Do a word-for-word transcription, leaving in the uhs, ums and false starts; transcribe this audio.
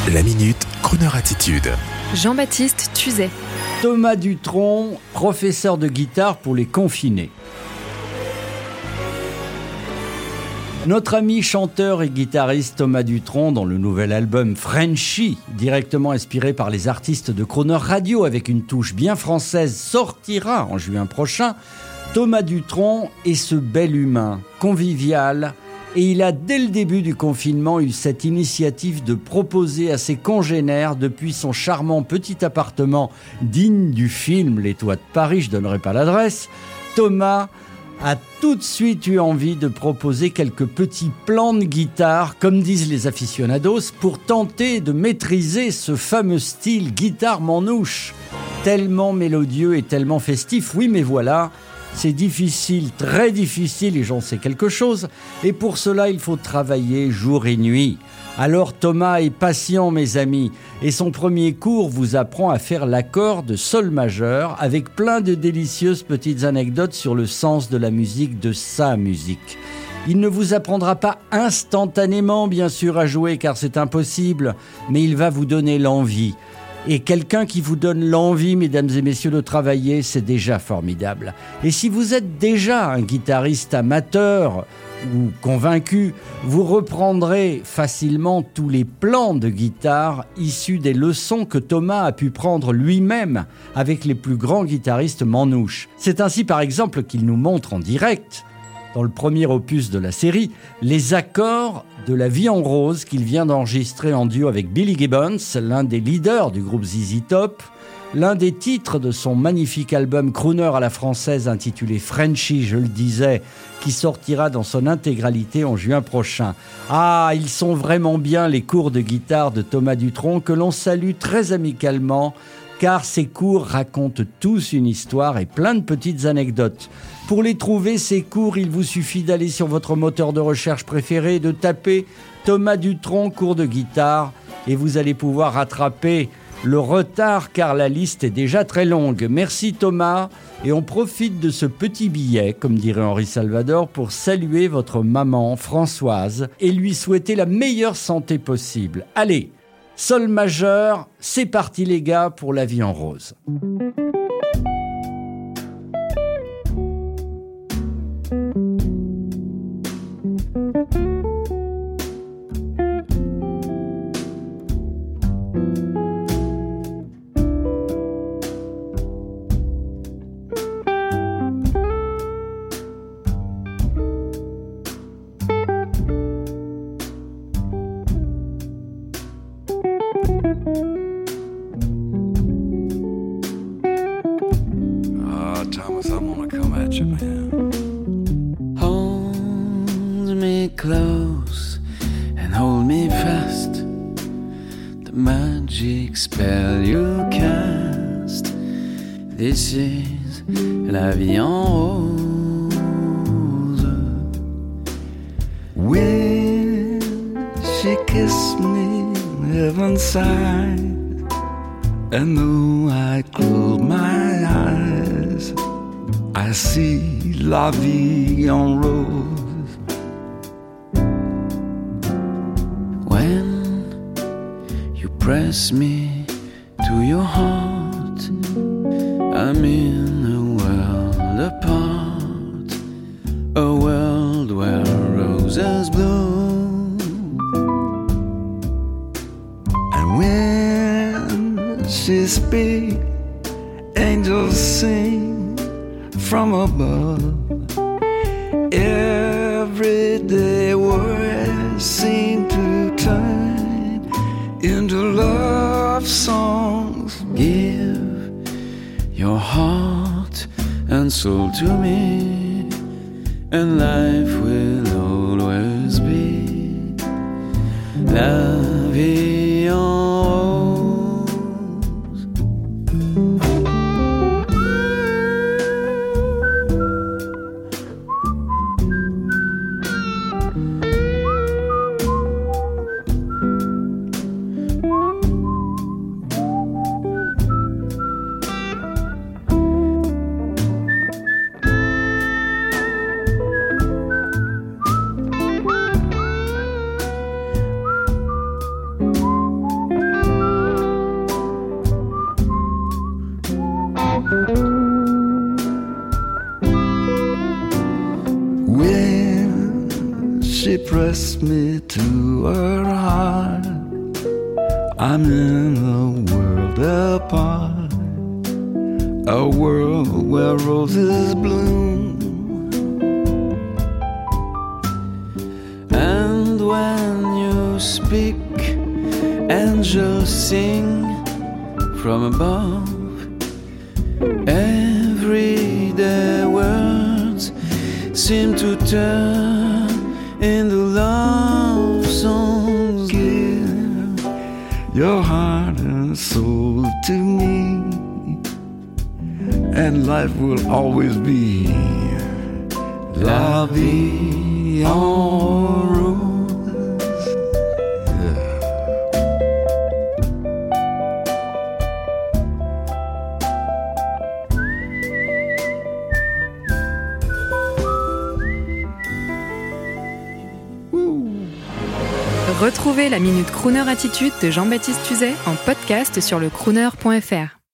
La Minute, Crooner Attitude. Jean-Baptiste Tuzet. Thomas Dutronc, professeur de guitare pour les confinés. Notre ami chanteur et guitariste Thomas Dutronc, dans le nouvel album Frenchy, directement inspiré par les artistes de Crooner Radio avec une touche bien française, sortira en juin prochain. Thomas Dutronc est ce bel humain, convivial, et il a dès le début du confinement eu cette initiative de proposer à ses congénères, depuis son charmant petit appartement digne du film Les Toits de Paris, je ne donnerai pas l'adresse, Thomas a tout de suite eu envie de proposer quelques petits plans de guitare, comme disent les aficionados, pour tenter de maîtriser ce fameux style guitare manouche, tellement mélodieux et tellement festif. Oui, mais voilà, c'est difficile, très difficile, et j'en sais quelque chose, et pour cela il faut travailler jour et nuit. Alors Thomas est patient, mes amis, et son premier cours vous apprend à faire l'accord de sol majeur avec plein de délicieuses petites anecdotes sur le sens de la musique, de sa musique. Il ne vous apprendra pas instantanément, bien sûr, à jouer, car c'est impossible, mais il va vous donner l'envie. Et quelqu'un qui vous donne l'envie, mesdames et messieurs, de travailler, c'est déjà formidable. Et si vous êtes déjà un guitariste amateur ou convaincu, vous reprendrez facilement tous les plans de guitare issus des leçons que Thomas a pu prendre lui-même avec les plus grands guitaristes manouches. C'est ainsi, par exemple, qu'il nous montre en direct, dans le premier opus de la série, les accords de La Vie en Rose qu'il vient d'enregistrer en duo avec Billy Gibbons, l'un des leaders du groupe Z Z Top, l'un des titres de son magnifique album Crooner à la française intitulé Frenchy, je le disais, qui sortira dans son intégralité en juin prochain. Ah, ils sont vraiment bien les cours de guitare de Thomas Dutronc que l'on salue très amicalement, car ces cours racontent tous une histoire et plein de petites anecdotes. Pour les trouver, ces cours, il vous suffit d'aller sur votre moteur de recherche préféré, de taper Thomas Dutronc cours de guitare, et vous allez pouvoir rattraper le retard, car la liste est déjà très longue. Merci Thomas, et on profite de ce petit billet, comme dirait Henri Salvador, pour saluer votre maman Françoise et lui souhaiter la meilleure santé possible. Allez, sol majeur, c'est parti les gars pour La Vie en Rose. Thomas, I'm gonna come at you, man. Hold me close and hold me fast. The magic spell you cast. This is La Vie en Rose. When she kissed me, heaven sighed. And though I close my eyes, I see La Vie en Rose. When you press me to your heart, I'm in a world apart, a world where roses bloom. And when she speaks, angels sing from above. Everyday words seem to turn into love songs. Give your heart and soul to me, and life will always be La Vie en Rose. press me to her heart. I'm in a world apart, a world where roses bloom. And when you speak, angels sing from above. Everyday words seem to turn into love songs. Give your heart and soul to me, and life will always be la vie en rose. Retrouvez la Minute Crooner Attitude de Jean-Baptiste Tuzet en podcast sur le crooner point f r.